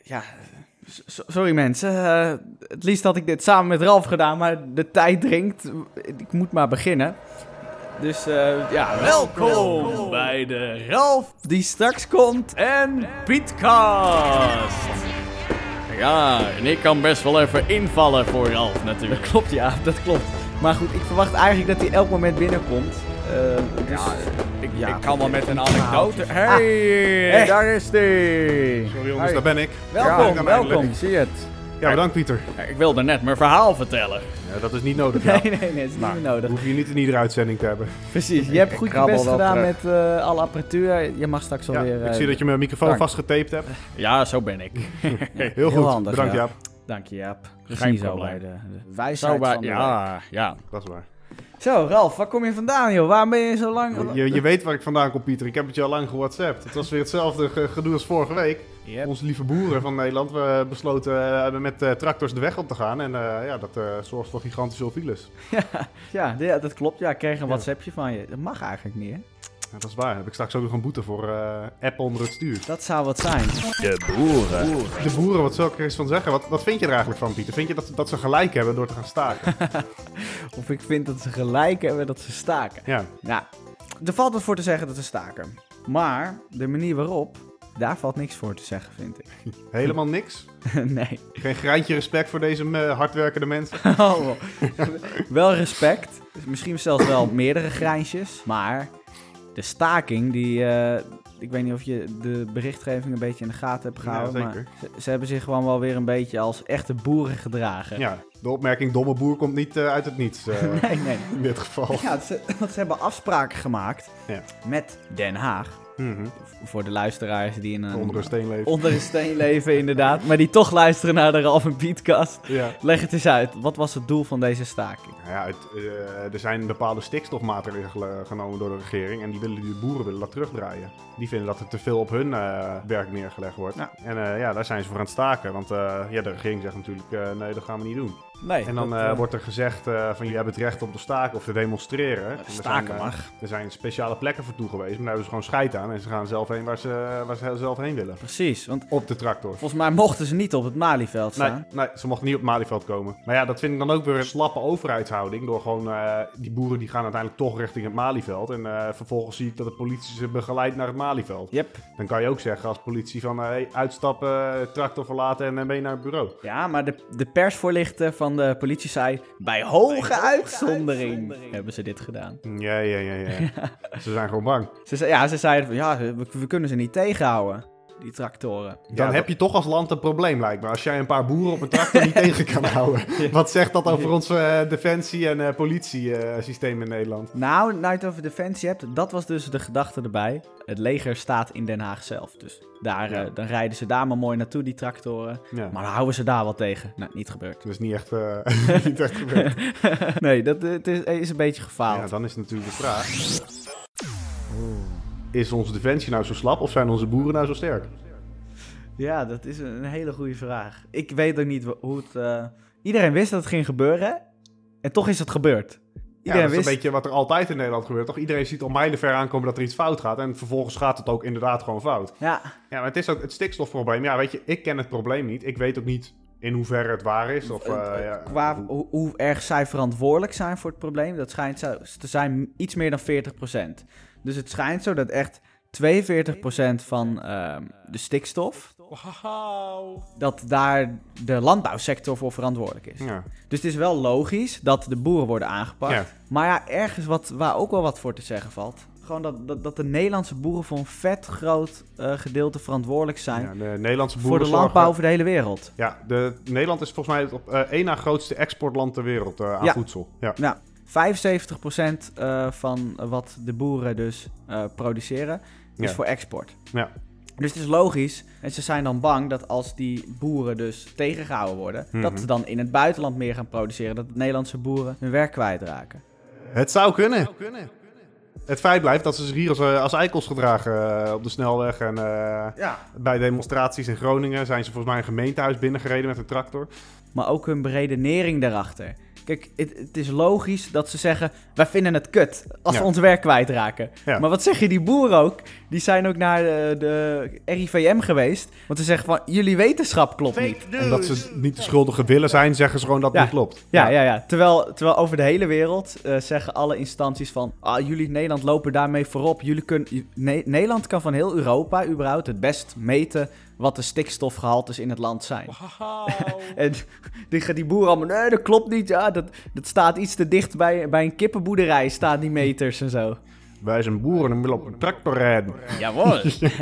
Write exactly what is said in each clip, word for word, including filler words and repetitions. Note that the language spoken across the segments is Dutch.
ja, so- sorry mensen. Uh, het liefst had ik dit samen met Ralf gedaan, maar de tijd dringt. Ik moet maar beginnen. Dus uh, ja, welkom bij de Ralf die straks komt en Pietcast. Ja, en ik kan best wel even invallen voor Ralf natuurlijk. Dat klopt, ja, dat klopt. Maar goed, ik verwacht eigenlijk dat hij elk moment binnenkomt. Uh, dus, ja, ik, ja, ik kan wel met een anekdote. Hey, ah, hey, daar is die. Sorry jongens, Hey. daar ben ik. Welkom, ja, welkom. Ik zie het. Ja, bedankt Pieter. Ja, ik wilde net mijn verhaal vertellen. Ja, dat is niet nodig. Nee, Ja. nee, nee, dat is Nou, niet meer nodig. hoef je niet in iedere uitzending te hebben. Precies, je hebt goed je krabbel best wel gedaan terug. met uh, alle apparatuur. Je mag straks Ja, alweer... ik uh, zie dat je mijn microfoon dank. vastgetaped hebt. Ja, zo ben ik. Heel, Heel goed, handig, bedankt ja. Jaap. Dank je, Jaap. Geen Precies zo probleem. bij de, de Wijsheid Zo bij, van de week. ja, ja. Dat is waar. Zo, Ralf, waar kom je vandaan, joh? Waarom ben je zo lang... Je, je weet waar ik vandaan kom, Pieter. Ik heb het je al lang gewhatsappt. Het was weer hetzelfde ge- gedoe als vorige week. Yep. Onze lieve boeren van Nederland we besloten uh, met uh, tractors de weg op te gaan. En uh, ja, dat uh, zorgt voor gigantisch veel files. Ja, ja, ja, dat klopt. Ja, ik kreeg een Ja. WhatsAppje van je. Dat mag eigenlijk niet, hè? Ja, dat is waar. Dan heb ik straks ook nog een boete voor uh, app onder het stuur. Dat zou wat zijn. De boeren. De boeren, wat zou ik er eens van zeggen? Wat, wat vind je er eigenlijk van, Pieter? Vind je dat, dat ze gelijk hebben door te gaan staken? Of ik vind dat ze gelijk hebben dat ze staken. Ja. Nou, er valt wat voor te zeggen dat ze staken. Maar de manier waarop, daar valt niks voor te zeggen, vind ik. Helemaal niks? Nee. Geen greintje respect voor deze uh, hardwerkende mensen? Oh, wel respect. Misschien zelfs wel meerdere grijnsjes. Maar de staking, die... Uh, ik weet niet of je de berichtgeving een beetje in de gaten hebt gehouden. Ja, zeker. Maar ze, ze hebben zich gewoon wel weer een beetje als echte boeren gedragen. Ja, de opmerking domme boer komt niet uh, uit het niets. Uh, Nee, nee. in dit geval. Ja, ze, want ze hebben afspraken gemaakt Ja. met Den Haag. Mm-hmm. Voor de luisteraars die in een... Onder een steen leven. Onder een steen leven, inderdaad. Maar die toch luisteren naar de Ralf en Pietcast. Ja. Leg het eens uit. Wat was het doel van deze staking? Nou ja, het, uh, er zijn bepaalde stikstofmaatregelen genomen door de regering. En die, willen, die boeren willen dat terugdraaien. Die vinden dat er te veel op hun uh, werk neergelegd wordt. Ja. En uh, ja, daar zijn ze voor aan het staken. Want uh, ja, de regering zegt natuurlijk, uh, nee, dat gaan we niet doen. Nee. En dan dat, uh, uh, wordt er gezegd uh, van, jullie hebben het recht om te staken of te demonstreren. En er staken zijn, uh, mag. Er zijn speciale plekken voor toe geweest. Maar daar hebben ze gewoon scheid aan. En ze gaan zelf heen waar ze, waar ze zelf heen willen. Precies, want Op de tractor. volgens mij mochten ze niet op het Malieveld Nee, staan. nee, ze mochten niet op het Malieveld komen. Maar ja, dat vind ik dan ook weer een slappe overheidshouding. Door gewoon, uh, die boeren die gaan uiteindelijk toch richting het Malieveld. En uh, vervolgens zie ik dat de politie ze begeleidt naar het Malieveld. Yep. Dan kan je ook zeggen als politie van, uh, hey, uitstappen, tractor verlaten en dan ben je naar het bureau. Ja, maar de, de persvoorlichter van de politie zei... Bij hoge uitzondering hebben ze dit gedaan. Ja, ja, ja, ja. Ze zijn gewoon bang. Ze, zei- ja, ze zeiden van... Ja, we, we kunnen ze niet tegenhouden. Die tractoren. Dan Ja, heb je toch als land een probleem, lijkt me. Als jij een paar boeren op een tractor niet tegen kan houden. Wat zegt dat over ons uh, defensie- en uh, politiesysteem in Nederland? Nou, nou je het over defensie hebt, dat was dus de gedachte erbij. Het leger staat in Den Haag zelf. Dus daar, Ja. uh, dan rijden ze daar maar mooi naartoe, die tractoren. Ja. Maar dan houden ze daar wat tegen. Nou, niet gebeurd. Dat is niet echt, uh, niet echt gebeurd. Nee, dat uh, het is, is een beetje gefaald. Ja, dan is natuurlijk de vraag. Is onze defensie nou zo slap of zijn onze boeren nou zo sterk? Ja, dat is een hele goede vraag. Ik weet ook niet hoe het... Uh... Iedereen wist dat het ging gebeuren. En toch is het gebeurd. Ja, Iedereen dat is wist... een beetje wat er altijd in Nederland gebeurt, toch? Iedereen ziet al mijlenver aankomen dat er iets fout gaat. En vervolgens gaat het ook inderdaad gewoon fout. Ja, Ja, maar het is ook het stikstofprobleem. Ja, weet je, ik ken het probleem niet. Ik weet ook niet in hoeverre het waar is. Of, uh, ja, qua hoe, hoe erg zij verantwoordelijk zijn voor het probleem... dat schijnt zo te zijn iets meer dan veertig procent. Dus het schijnt zo dat echt tweeënveertig procent van uh, de stikstof... Wauw. dat daar de landbouwsector voor verantwoordelijk is. ja. Dus het is wel logisch dat de boeren worden aangepakt. Ja. Maar ja, ergens wat, waar ook wel wat voor te zeggen valt... gewoon dat, dat, dat de Nederlandse boeren voor een vet groot uh, gedeelte verantwoordelijk zijn... Ja, de Nederlandse voor boeren de landbouw zorgen- over de hele wereld. Ja, de, Nederland is volgens mij het op uh, één na grootste exportland ter wereld uh, aan Ja. voedsel. Ja. Nou, vijfenzeventig procent uh, van wat de boeren dus uh, produceren is Ja. voor export. Ja. Dus het is logisch. En ze zijn dan bang dat als die boeren dus tegengehouden worden... Mhm. dat ze dan in het buitenland meer gaan produceren. Dat de Nederlandse boeren hun werk kwijtraken. Het zou kunnen. Het feit blijft dat ze zich hier als, uh, als eikels gedragen uh, op de snelweg. En uh, Ja. bij demonstraties in Groningen zijn ze volgens mij een gemeentehuis binnengereden met een tractor. Maar ook hun beredenering daarachter. Kijk, het, het is logisch dat ze zeggen, wij vinden het kut als Ja. we ons werk kwijtraken. Ja. Maar wat zeggen die boeren ook? Die zijn ook naar de, de R I V M geweest. Want ze zeggen van, jullie wetenschap klopt niet. Omdat ze niet de schuldige willen zijn, zeggen ze gewoon dat het Ja. niet klopt. Ja, ja, ja. Terwijl, terwijl over de hele wereld uh, zeggen alle instanties van... Ah, jullie in Nederland lopen daarmee voorop. Jullie kunnen, ne- Nederland kan van heel Europa überhaupt het best meten... wat de stikstofgehaltes in het land zijn. Wauw. En die, gaan die boeren allemaal... Nee, dat klopt niet. Ja, dat, dat staat iets te dicht bij, bij een kippenboerderij. Staan die meters en zo. Wij zijn boeren en willen op een tractor rijden. Jawohl.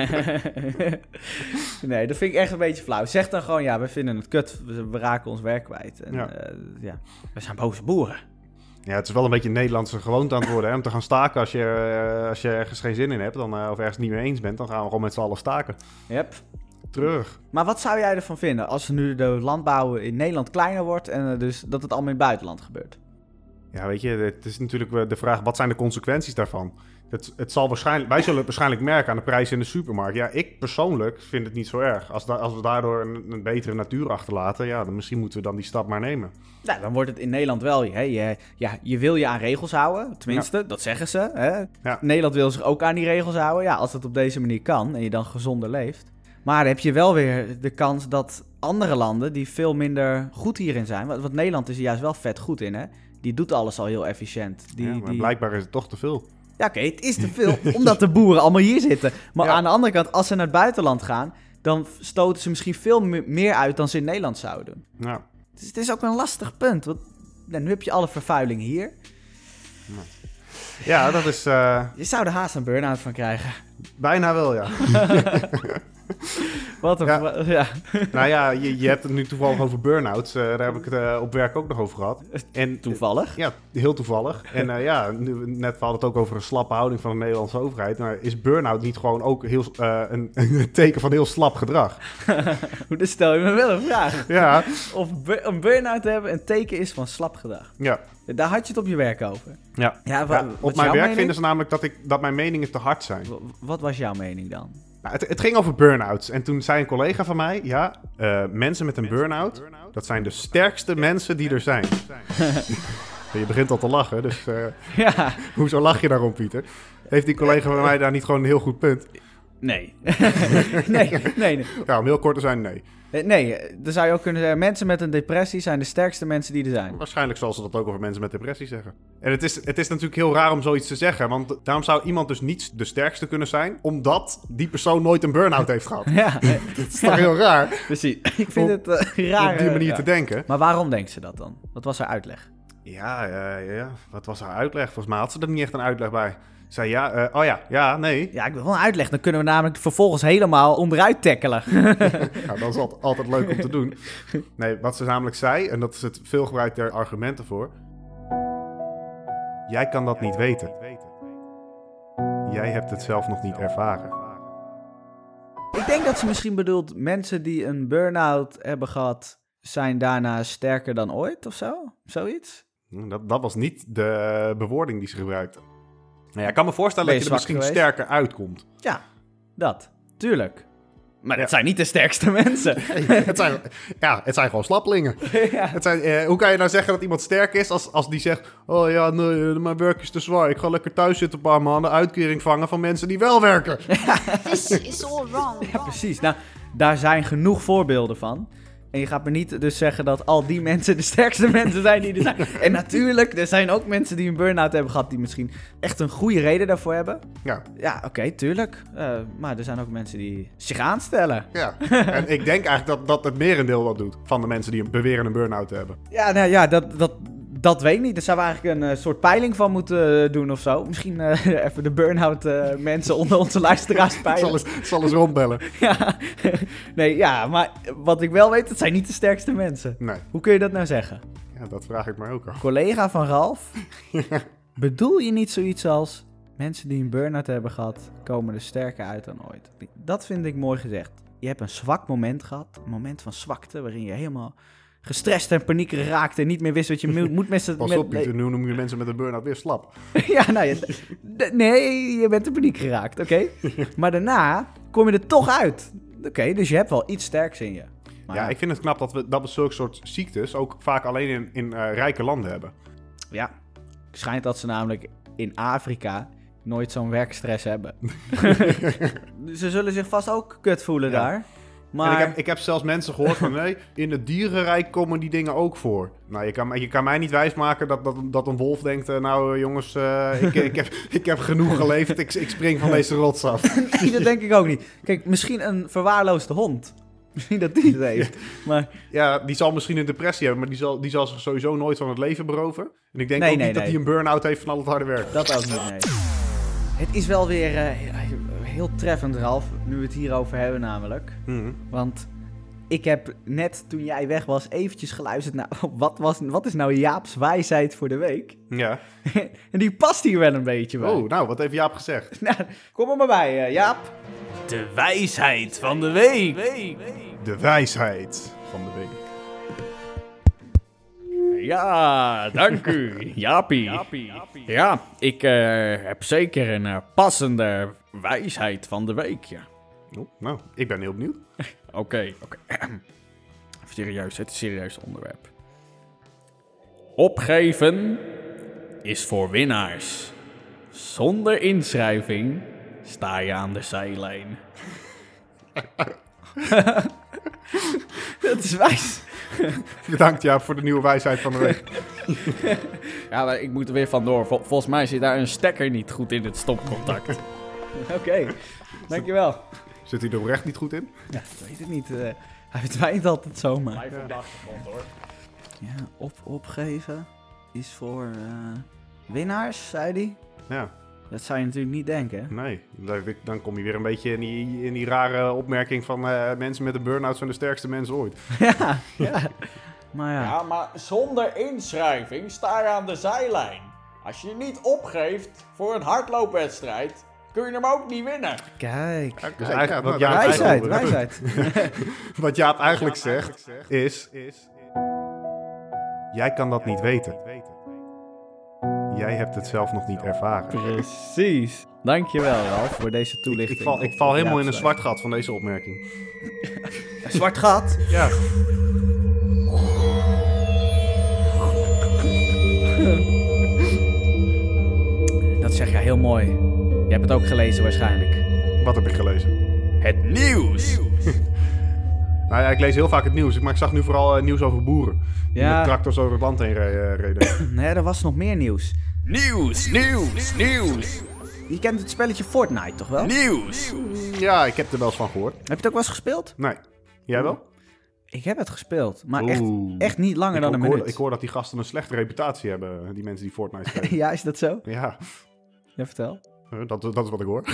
Nee, dat vind ik echt een beetje flauw. Zeg dan gewoon, ja, we vinden het kut. We, we raken ons werk kwijt. En, Ja. ja. ja, we zijn boze boeren. Ja, het is wel een beetje een Nederlandse gewoonte aan het worden, hè, om te gaan staken als je, uh, als je ergens geen zin in hebt, dan, uh, of ergens niet mee eens bent, dan gaan we gewoon met z'n allen staken. Yep. Terug. Maar wat zou jij ervan vinden als nu de landbouw in Nederland kleiner wordt en uh, dus dat het allemaal in het buitenland gebeurt? Ja, weet je, het is natuurlijk de vraag, wat zijn de consequenties daarvan? Het, het zal waarschijnlijk, wij zullen het waarschijnlijk merken aan de prijzen in de supermarkt. Ja, ik persoonlijk vind het niet zo erg. Als, da, als we daardoor een, een betere natuur achterlaten, ja, dan misschien moeten we dan die stap maar nemen. Nou, dan wordt het in Nederland wel. Hè, je, ja, je wil je aan regels houden. Tenminste, ja. dat zeggen ze. Hè? Ja. Nederland wil zich ook aan die regels houden. Ja, als het op deze manier kan en je dan gezonder leeft. Maar dan heb je wel weer de kans dat andere landen die veel minder goed hierin zijn. Want, want Nederland is er juist wel vet goed in, hè? Die doet alles al heel efficiënt. Die, ja, maar die... blijkbaar is het toch te veel. Ja, oké, okay, het is te veel, omdat de boeren allemaal hier zitten. Maar ja. aan de andere kant, als ze naar het buitenland gaan, dan stoten ze misschien veel meer uit dan ze in Nederland zouden doen. Ja. Dus het is ook een lastig punt, want nou, nu heb je alle vervuiling hier. Ja, dat is... Uh... Je zou er haast een burn-out van krijgen. Bijna wel, ja. Wat een... Ja. ja. Nou ja, je, je hebt het nu toevallig over burn-outs. Uh, daar heb ik het uh, op werk ook nog over gehad. En, toevallig? Ja, heel toevallig. En uh, ja, nu, net hadden we het ook over een slappe houding van de Nederlandse overheid. Maar is burn-out niet gewoon ook heel, uh, een, een teken van heel slap gedrag? Dan stel je me wel een vraag. Ja. Of bu- een burn-out te hebben een teken is van slap gedrag. Ja. Daar had je het op je werk over. Ja. Ja, wa- ja, op mijn werk mening? vinden ze namelijk dat, ik, dat mijn meningen te hard zijn. W- wat was jouw mening dan? Nou, het, het ging over burn-outs. En toen zei een collega van mij... Ja, uh, mensen met een burn-out... dat zijn de sterkste mensen die er zijn. Je begint al te lachen, dus... Uh, ja. Hoezo lach je daarom, Pieter? Heeft die collega van mij daar niet gewoon een heel goed punt? Nee. nee, nee, nee. Ja, om heel kort te zijn, nee. Nee, dan zou je ook kunnen zeggen... mensen met een depressie zijn de sterkste mensen die er zijn. Waarschijnlijk zal ze dat ook over mensen met depressie zeggen. En het is, het is natuurlijk heel raar om zoiets te zeggen... want daarom zou iemand dus niet de sterkste kunnen zijn... omdat die persoon nooit een burn-out heeft gehad. Ja. Dat is toch heel raar? Precies. Ik vind Op, het uh, raar. Op die manier ja. te denken. Maar waarom denkt ze dat dan? Wat was haar uitleg? Ja, ja, ja. Wat was haar uitleg? Volgens mij had ze er niet echt een uitleg bij. Zei ja, uh, oh ja, ja, nee. Ja, ik wil wel een uitleg. Dan kunnen we namelijk vervolgens helemaal onderuit tackelen. Ja, dat is altijd, altijd leuk om te doen. Nee, wat ze namelijk zei, en dat is het veelgebruikte argument ervoor. Jij kan dat niet weten. Jij hebt het zelf nog niet ervaren. Ik denk dat ze misschien bedoelt, mensen die een burn-out hebben gehad, zijn daarna sterker dan ooit of zo? Zoiets? Dat, dat was niet de bewoording die ze gebruikte. Nou ja, ik kan me voorstellen Ben dat je je er misschien zwak sterker uitkomt. Ja, dat. Tuurlijk. Maar Ja. dat zijn niet de sterkste mensen. het zijn, ja, het zijn gewoon slappelingen. ja. Het zijn, eh, hoe kan je nou zeggen dat iemand sterk is als, als die zegt... Oh ja, nee, mijn werk is te zwaar. Ik ga lekker thuis zitten een paar maanden uitkering vangen van mensen die wel werken. This is all wrong. Ja, precies. Nou, daar zijn genoeg voorbeelden van. En je gaat me niet dus zeggen dat al die mensen de sterkste mensen zijn die er zijn. En natuurlijk, er zijn ook mensen die een burn-out hebben gehad... die misschien echt een goede reden daarvoor hebben. Ja, Ja, oké, okay, tuurlijk. Uh, maar er zijn ook mensen die zich aanstellen. ja. En ik denk eigenlijk dat, dat het merendeel dat doet... van de mensen die beweren een burn-out te hebben. Ja, nou ja, dat, dat, dat weet ik niet. Daar zouden we eigenlijk een uh, soort peiling van moeten uh, doen of zo. Misschien uh, even de burn-out uh, mensen onder onze luisteraars peilen. Het zal eens, zal eens rondbellen. Ja, nee, ja, maar wat ik wel weet, het zijn niet de sterkste mensen. Nee, Hoe kun je dat nou zeggen? ja, dat vraag ik me ook af. Collega van Ralf, bedoel je niet zoiets als... mensen die een burn-out hebben gehad, komen er sterker uit dan ooit? Dat vind ik mooi gezegd. Je hebt een zwak moment gehad, een moment van zwakte... waarin je helemaal gestrest en paniekerig raakte... en niet meer wist wat je moet, moet met... Pas met, op, Pieter, nu noem je mensen met een burn-out weer slap. Ja, nou ja, d- d- nee, je bent in paniek geraakt, oké? Okay? Maar daarna kom je er toch uit. Oké, okay, dus je hebt wel iets sterks in je. Maar Ja, ik vind het knap dat we, dat we zulke soort ziektes ook vaak alleen in, in uh, rijke landen hebben. Ja, het schijnt dat ze namelijk in Afrika nooit zo'n werkstress hebben. Ze zullen zich vast ook kut voelen Ja. daar. Maar En ik heb, ik heb zelfs mensen gehoord van, nee, in het dierenrijk komen die dingen ook voor. Nou, je kan, je kan mij niet wijsmaken dat, dat, dat een wolf denkt, uh, nou uh, jongens, uh, ik, ik, heb, ik heb genoeg geleefd, ik, ik spring van deze rots af. nee, dat denk ik ook niet. Kijk, misschien een verwaarloosde hond. Misschien dat die het heeft. Maar Ja, die zal misschien een depressie hebben, maar die zal, die zal zich sowieso nooit van het leven beroven. En ik denk Nee, ook nee, niet dat nee. hij een burn-out heeft van al het harde werk. dat ook niet, nee. Het is wel weer eh, heel treffend, Ralf, nu we het hierover hebben namelijk. Mhm. Want ik heb net, toen jij weg was, eventjes geluisterd naar... Wat, was, wat is nou Jaap's wijsheid voor de week? Ja. En die past hier wel een beetje bij. Oh, nou, wat heeft Jaap gezegd? Nou, kom er maar bij, eh, Jaap. De wijsheid van de week. De wijsheid van de week. Ja, dank u, Jaapie. Ja, ik eh, heb zeker een eh, passende wijsheid van de week, ja. Oh, nou, ik ben heel benieuwd. Oké, oké. Even serieus, het is een serieus onderwerp. Opgeven is voor winnaars. Zonder inschrijving sta je aan de zijlijn. Dat is wijs. Bedankt Jaap voor de nieuwe wijsheid van de week. Ja, maar ik moet er weer vandoor. Vol- volgens mij zit daar een stekker niet goed in het stopcontact. Oké, dankjewel. Zit hij er oprecht niet goed in? Ja, ik weet het niet. eh, hij verdwijnt altijd zomaar. Blijf op de achtergrond, hoor. Ja, op, opgeven is voor eh, winnaars, zei hij. Ja, Dat zou je natuurlijk niet denken. hè? nee. Dan, dan kom je weer een beetje in die, in die rare opmerking van eh, mensen met een burn-out zijn de sterkste mensen ooit. ja, ja. Maar ja. Ja, maar zonder inschrijving sta je aan de zijlijn. Als je je niet opgeeft voor een hardloopwedstrijd, kun je hem ook niet winnen. Kijk. Dus Kijk, eigenlijk, wat, ja, Jaap wijsheid, eigenlijk, wijsheid. wat Jaap eigenlijk zegt is... Jij kan dat niet weten. Jij hebt het zelf nog niet ervaren. Precies. Dankjewel, Ralf, voor deze Ik, toelichting. ik val, ik op- val op helemaal in Jaap's een zwart gat van deze opmerking. Een zwart gat? Ja. Dat zeg jij heel mooi. Je hebt het ook gelezen waarschijnlijk. Wat heb ik gelezen? Het nieuws. Nou ja, ik lees heel vaak het nieuws, maar ik zag nu vooral eh, nieuws over boeren. Die Ja. met tractors over het land heen re- eh, reden. Nee, er was nog meer nieuws. Nieuws, nieuws, nieuws, Je kent het spelletje Fortnite, toch wel? nieuws. Ja, ik heb er wel eens van gehoord. Heb je het ook wel eens gespeeld? Nee. Jij wel? Ik heb het gespeeld, maar echt, Oeh. echt niet langer Ik, dan een ik, hoor, minuut. ik hoor dat die gasten een slechte reputatie hebben, die mensen die Fortnite spelen. Ja, is dat zo? Ja, Ja, vertel. eh, dat, dat is wat ik hoor.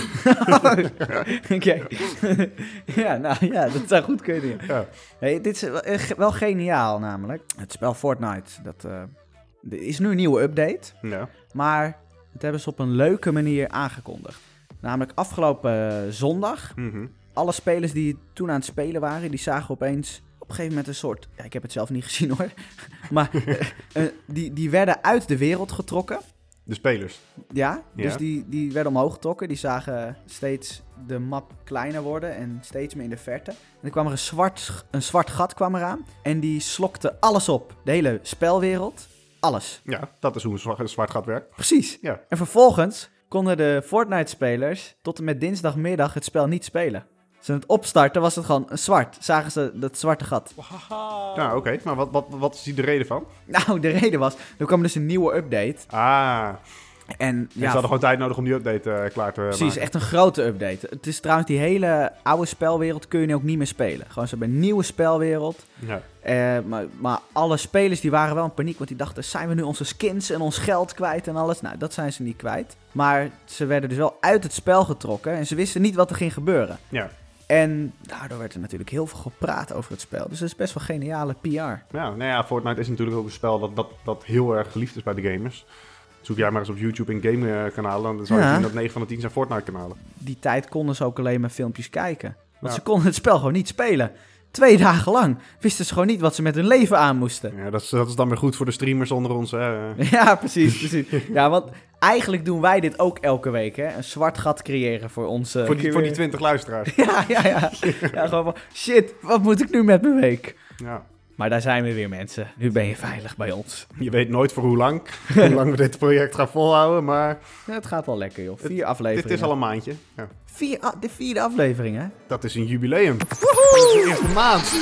Oké. ja, nou ja, dat zou goed kunnen. Ja. Ja. Hey, dit is wel, eh, ge- wel geniaal namelijk. Het spel Fortnite, dat eh, er is nu een nieuwe update. Ja. Maar dat hebben ze op een leuke manier aangekondigd. Namelijk afgelopen eh, zondag. Mhm. Alle spelers die toen aan het spelen waren, die zagen opeens op een gegeven moment een soort... Ja, ik heb het zelf niet gezien hoor. maar eh, eh, die, die werden uit de wereld getrokken. De spelers. Ja, Ja. dus die, die werden omhoog getrokken. Die zagen steeds de map kleiner worden en steeds meer in de verte. En dan kwam er een zwart, een zwart gat kwam eraan. En die slokte alles op. De hele spelwereld. Alles. Ja, dat is hoe een zwart, een zwart gat werkt. Precies. Ja. En vervolgens konden de Fortnite-spelers tot en met dinsdagmiddag het spel niet spelen. Als ze het opstarten was het gewoon een zwart. Zagen ze dat zwarte gat. Nou, oké. Maar wat, wat, wat is hier de reden van? Nou, de reden was, er kwam dus een nieuwe update. Ah, En en ze ja, hadden gewoon tijd nodig om die update eh, klaar te precies, maken. echt een grote update. Het is trouwens, die hele oude spelwereld kun je nu ook niet meer spelen. Gewoon, ze hebben een nieuwe spelwereld. Ja. Eh, maar, maar alle spelers die waren wel in paniek, want die dachten, zijn we nu onze skins en ons geld kwijt en alles? Nou, dat zijn ze niet kwijt. Maar ze werden dus wel uit het spel getrokken en ze wisten niet wat er ging gebeuren. Ja. En daardoor werd er natuurlijk heel veel gepraat over het spel. Dus dat is best wel geniale P R. Ja, nou ja, Fortnite is natuurlijk ook een spel dat, dat, dat heel erg geliefd is bij de gamers. Zoek jij maar eens op YouTube in game-kanalen, dan zal je Ja. zien dat negen van de tien zijn Fortnite-kanalen. Die tijd konden ze ook alleen maar filmpjes kijken. Want Ja. ze konden het spel gewoon niet spelen. twee dagen lang wisten ze gewoon niet wat ze met hun leven aan moesten. Ja, dat is, dat is dan weer goed voor de streamers onder ons. Hè. Ja, precies, precies. Ja, want eigenlijk doen wij dit ook elke week, hè. Een zwart gat creëren voor onze... Voor die, voor die twintig luisteraars. Ja, ja, ja. Ja, gewoon van, shit, wat moet ik nu met mijn week? Ja. Maar daar zijn we weer, mensen. Nu ben je veilig bij ons. Je weet nooit voor hoe lang, hoe lang we dit project gaan volhouden, maar... Ja, het gaat wel lekker, joh. Vier het, afleveringen. Dit is al een maandje. Ja. Vier, a- de vierde aflevering, hè? Dat is een jubileum. Woehoe! De eerste maand.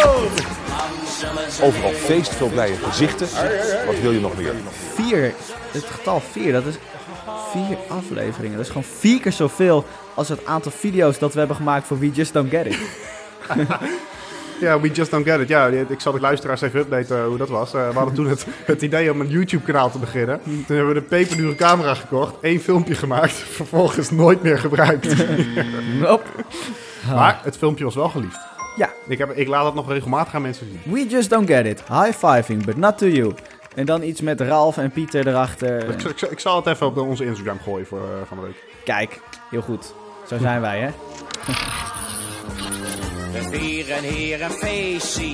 Overal feest, veel blije gezichten. Wat wil je nog meer? Vier. Het getal vier, dat is vier afleveringen. Dat is gewoon vier keer zoveel als het aantal video's dat we hebben gemaakt voor We Just Don't Get It. Ja, We Just Don't Get It. Ja, ik zal de luisteraars even updaten hoe dat was. Uh, we hadden toen het, het idee om een YouTube-kanaal te beginnen. Toen hebben we een peperdure camera gekocht, één filmpje gemaakt, vervolgens nooit meer gebruikt. Nope. Maar het filmpje was wel geliefd. Ja. Ik, heb, ik laat het nog regelmatig aan mensen zien. We Just Don't Get It. High-fiving, but not to you. En dan iets met Ralf en Pieter erachter. Ik, ik, ik zal het even op onze Instagram gooien voor, uh, van de week. Kijk, heel goed. Zo zijn wij, hè? We vieren hier een feestje.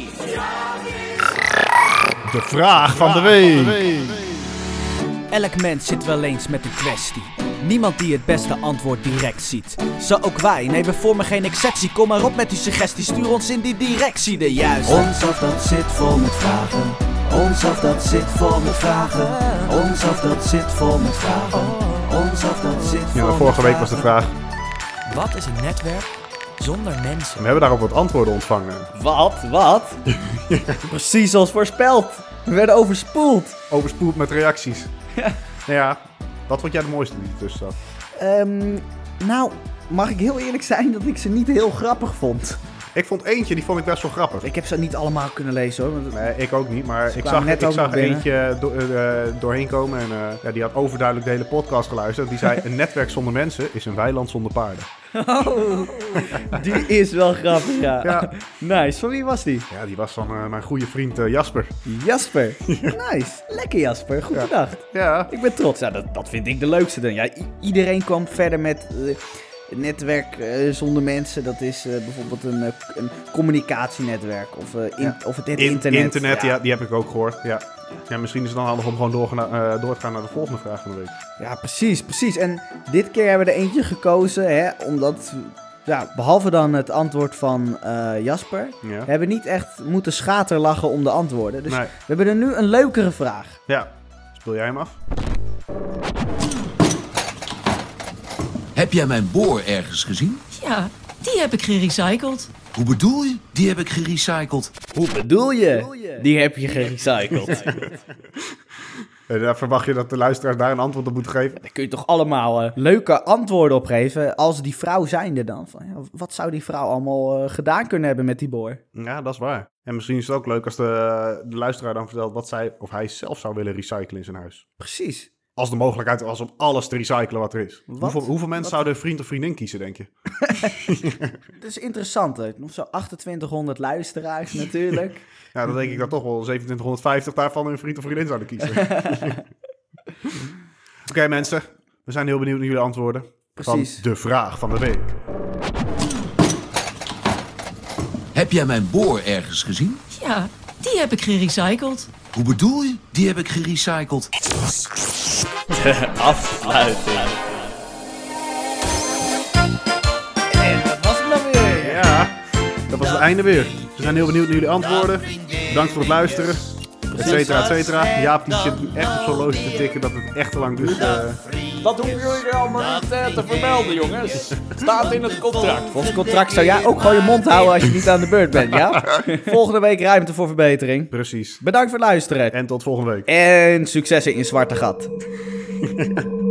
De vraag van de week. Elk mens zit wel eens met een kwestie. Niemand die het beste antwoord direct ziet. Zo ook wij, nee we vormen geen exceptie. Kom maar op met die suggestie, stuur ons in die directie de juiste. Ons af dat zit vol met vragen. Ons af dat zit vol met vragen. Ons af dat zit vol met vragen. Ons af dat zit vol Ja, met vorige week was de vraag. Wat is een netwerk zonder mensen? We hebben daarop wat antwoorden ontvangen. Wat? Wat? Precies zoals voorspeld. We werden overspoeld. Overspoeld met reacties. Ja. Nou ja, wat vond jij de mooiste die ertussen zat? Um, nou, mag ik heel eerlijk zijn dat ik ze niet heel grappig vond. Ik vond eentje, die vond ik best wel grappig. Ik heb ze niet allemaal kunnen lezen hoor. Want Nee, ik ook niet, maar Ze ik kwamen zag, net ik ook zag nog binnen. eentje do, uh, doorheen komen en uh, ja, die had overduidelijk de hele podcast geluisterd. Die zei, een netwerk zonder mensen is een weiland zonder paarden. Oh, die is wel grappig, ja. Ja. Nice. Van wie was die? Ja, die was van uh, mijn goede vriend uh, Jasper. Jasper. Nice. Lekker Jasper. Goed bedacht. Ja. Ik ben trots. Ja, dat, dat vind ik de leukste dan. Ja, i- iedereen kwam verder met uh, een netwerk uh, zonder mensen. Dat is uh, bijvoorbeeld een, uh, een communicatienetwerk of, uh, in, Ja. of het, het In- internet. internet, ja. die heb ik ook gehoord. Ja. Ja, misschien is het dan handig om gewoon doorgaan, uh, door te gaan naar de volgende vraag van de week. Ja, precies, precies. En dit keer hebben we er eentje gekozen, hè, omdat, ja, behalve dan het antwoord van uh, Jasper, Ja. we hebben niet echt moeten schaterlachen om de antwoorden. Dus Nee. we hebben er nu een leukere vraag. Ja. Speel jij hem af? Heb jij mijn boor ergens gezien? Ja, die heb ik gerecycled. Hoe bedoel je? Die heb ik gerecycled. Hoe bedoel je? Die heb je gerecycled. Uh, daar verwacht je dat de luisteraars daar een antwoord op moeten geven? Daar kun je toch allemaal uh, leuke antwoorden op geven als die vrouw zijnde dan. Van, ja, wat zou die vrouw allemaal uh, gedaan kunnen hebben met die boor? Ja, dat is waar. En misschien is het ook leuk als de, de luisteraar dan vertelt wat zij of hij zelf zou willen recyclen in zijn huis. Precies. Als de mogelijkheid was om alles te recyclen wat er is. Wat? Hoeveel, hoeveel mensen Wat? zouden een vriend of vriendin kiezen, denk je? Dat is interessant. Hè? Nog zo achtentwintighonderd luisteraars natuurlijk. Ja, dan denk ik dat toch wel zevenentwintighonderdvijftig daarvan een vriend of vriendin zouden kiezen. Oké okay, mensen, we zijn heel benieuwd naar jullie antwoorden. Precies. Van de vraag van de week. Heb jij mijn boor ergens gezien? Ja, die heb ik gerecycled. Hoe bedoel je? Die heb ik gerecycled. Afsluiting. En dat was hem dan weer. Ja, dat was het einde weer. We zijn heel benieuwd naar jullie antwoorden. Bedankt voor het luisteren. Et cetera, et cetera. Jaap die zit echt op zo'n loodje te tikken dat het echt te lang duurt. Uh, Dat hoeven jullie allemaal niet uh, te vermelden, jongens. Het staat in het contract. Volgens contract zou jij ook gewoon je mond houden als je niet aan de beurt bent, ja? Volgende week ruimte voor verbetering. precies. Bedankt voor het luisteren. En tot volgende week. En successen in Zwarte Gat.